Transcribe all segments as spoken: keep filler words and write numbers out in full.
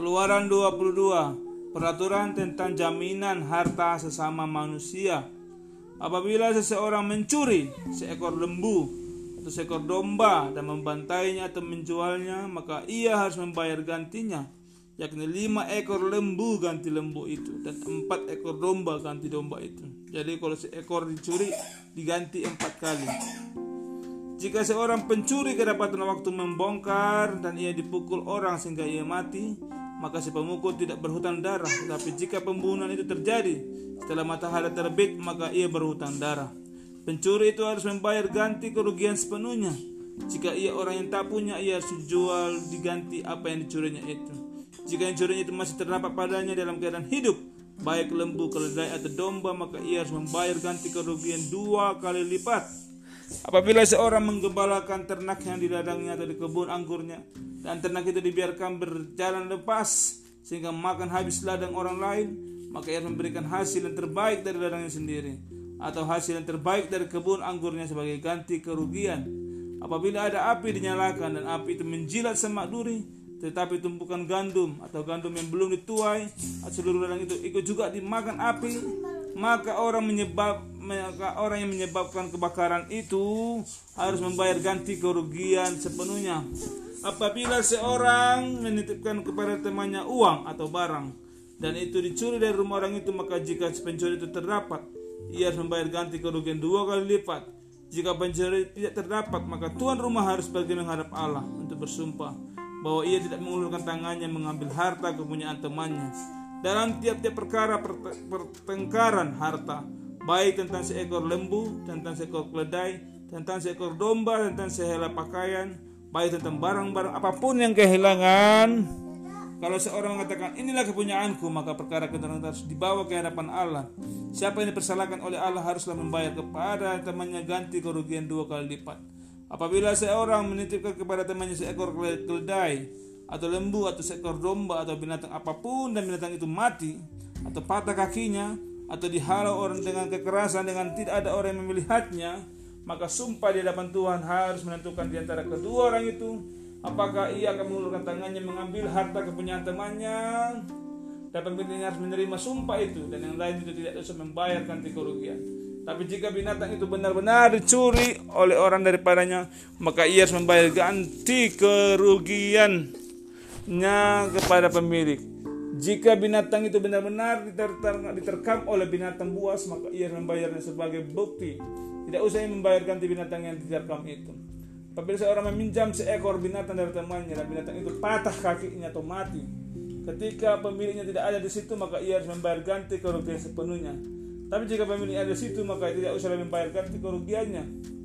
Keluaran dua puluh dua, peraturan tentang jaminan harta sesama manusia. Apabila seseorang mencuri seekor lembu atau seekor domba dan membantainya atau menjualnya, maka ia harus membayar gantinya, yakni lima ekor lembu ganti lembu itu dan empat ekor domba ganti domba itu. Jadi kalau seekor dicuri diganti empat kali. Jika seorang pencuri kedapatan waktu membongkar dan ia dipukul orang sehingga ia mati, maka si pemukul tidak berhutang darah. Tetapi jika pembunuhan itu terjadi setelah matahari terbit, maka ia berhutang darah. Pencuri itu harus membayar ganti kerugian sepenuhnya. Jika ia orang yang tak punya, ia harus jual diganti apa yang dicurinya itu. Jika yang curinya itu masih terdapat padanya dalam keadaan hidup, baik lembu, keledai atau domba, maka ia harus membayar ganti kerugian dua kali lipat. Apabila seorang menggembalakan ternak yang di ladangnya atau di kebun anggurnya, dan ternak itu dibiarkan berjalan lepas sehingga makan habis ladang orang lain, maka ia memberikan hasil yang terbaik dari ladangnya sendiri atau hasil yang terbaik dari kebun anggurnya sebagai ganti kerugian. Apabila ada api dinyalakan dan api itu menjilat semak duri, tetapi tumpukan gandum atau gandum yang belum dituai atau seluruh ladang itu ikut juga dimakan api, maka orang menyebab maka orang yang menyebabkan kebakaran itu harus membayar ganti kerugian sepenuhnya. Apabila seorang menitipkan kepada temannya uang atau barang dan itu dicuri dari rumah orang itu, maka jika pencuri itu terdapat, ia harus membayar ganti kerugian dua kali lipat. Jika pencuri tidak terdapat, maka tuan rumah harus pergi menghadap Allah untuk bersumpah bahwa ia tidak mengulurkan tangannya mengambil harta kepunyaan temannya. Dalam tiap-tiap perkara pertengkaran harta, baik tentang seekor lembu, tentang seekor keledai, tentang seekor domba, tentang sehelai pakaian, baik tentang barang-barang apapun yang kehilangan, kalau seorang mengatakan inilah kepunyaanku, maka perkara kehilangan harus dibawa ke hadapan Allah. Siapa yang dipersalahkan oleh Allah haruslah membayar kepada temannya ganti kerugian dua kali lipat. Apabila seorang menitipkan kepada temannya seekor keledai atau lembu atau seekor domba atau binatang apapun dan binatang itu mati atau patah kakinya atau dihalau orang dengan kekerasan dengan tidak ada orang yang melihatnya, maka sumpah di hadapan Tuhan harus menentukan di antara kedua orang itu apakah ia akan mengulurkan tangannya mengambil harta kepunyaan temannya, dan pemiliknya harus menerima sumpah itu, dan yang lain itu tidak usah membayar ganti kerugian. Tapi jika binatang itu benar-benar dicuri oleh orang daripadanya, maka ia harus membayar ganti kerugiannya kepada pemilik. Jika binatang itu benar-benar diterkam oleh binatang buas, maka ia membayarnya sebagai bukti. Tidak usah membayar ganti binatang yang diterkam itu. Apabila seorang meminjam seekor binatang dari temannya dan binatang itu patah kakinya atau mati, ketika pemiliknya tidak ada di situ, maka ia harus membayar ganti kerugian sepenuhnya. Tapi jika pemiliknya ada di situ, maka tidak usah membayar ganti kerugiannya.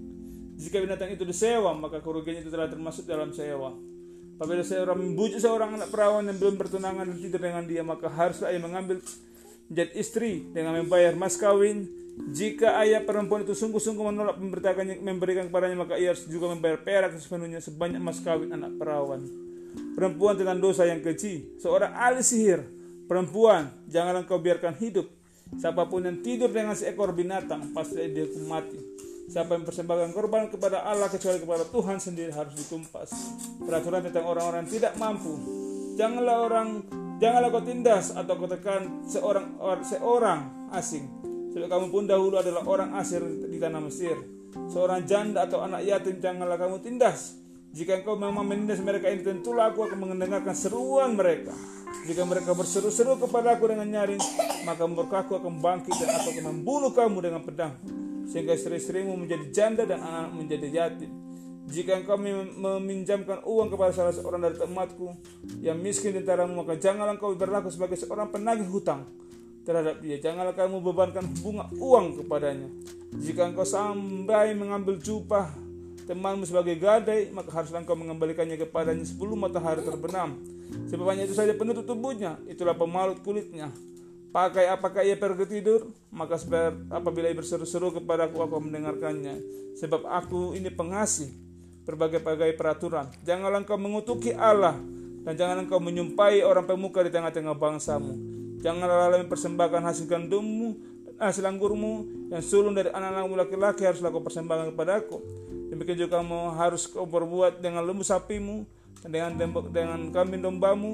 Jika binatang itu disewa, maka kerugiannya itu telah termasuk dalam sewa. Apabila seorang membujuk seorang anak perawan yang belum bertunangan dan tidur dengan dia, maka haruslah ia mengambil menjadi istri dengan membayar mas kawin. Jika ayah perempuan itu sungguh-sungguh menolak memberitakannya, memberikan kepadanya, maka ia harus juga membayar perak sepenuhnya sebanyak mas kawin anak perawan. Perempuan dengan dosa yang keji, seorang ahli sihir. Perempuan, janganlah kau biarkan hidup. Siapapun yang tidur dengan seekor binatang, pasti dia hukum mati. Siapa yang persembahkan korban kepada Allah kecuali kepada Tuhan sendiri harus ditumpas. Peraturan tentang orang-orang tidak mampu. Janganlah orang, janganlah kau tindas atau kau tekan seorang or, seorang asing. Sebab kamu pun dahulu adalah orang asing di tanah Mesir. Seorang janda atau anak yatim janganlah kamu tindas. Jika engkau memang menindas mereka ini, tentulah aku akan mendengarkan seruan mereka. Jika mereka berseru-seru kepada aku dengan nyaring, maka murkaku akan bangkit dan aku akan membunuh kamu dengan pedang, sehingga istri-istrimu menjadi janda dan anak menjadi yatim. Jika engkau meminjamkan uang kepada salah seorang dari temanku yang miskin di antaramu, maka janganlah engkau berlaku sebagai seorang penagih hutang terhadap dia. Janganlah kamu bebankan bunga uang kepadanya. Jika engkau sampai mengambil jubah temanmu sebagai gadai, maka haruslah engkau mengembalikannya kepadanya sebelum matahari terbenam. Sebab hanya itu saja penutup tubuhnya, itulah pemalut kulitnya. Pakai apakah ia pergi tidur, maka apabila ia berseru-seru kepadaku, aku mendengarkannya. Sebab aku ini pengasih berbagai-bagai peraturan. Janganlah engkau mengutuki Allah, dan janganlah engkau menyumpahi orang pemuka di tengah-tengah bangsamu. Janganlah lalai mempersembahkan hasil gandummu dan hasil anggurmu, yang sulung dari anak-anakmu laki-laki haruslah kau persembahkan kepadaku. Demikian juga kamu harus kau berbuat dengan lembu sapimu dan dengan dengan kambing dombamu.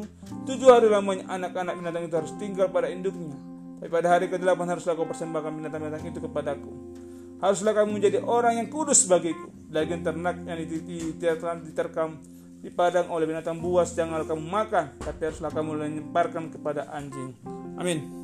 Tujuh hari lamanya anak-anak binatang itu harus tinggal pada induknya. Tapi pada hari kedelapan haruslah kau persembahkan binatang-binatang itu kepadaku. Haruslah kamu menjadi orang yang kudus bagiku. Daging ternak yang diterkam di padang oleh binatang buas janganlah kamu makan, tapi haruslah kamu lemparkan kepada anjing. Amin.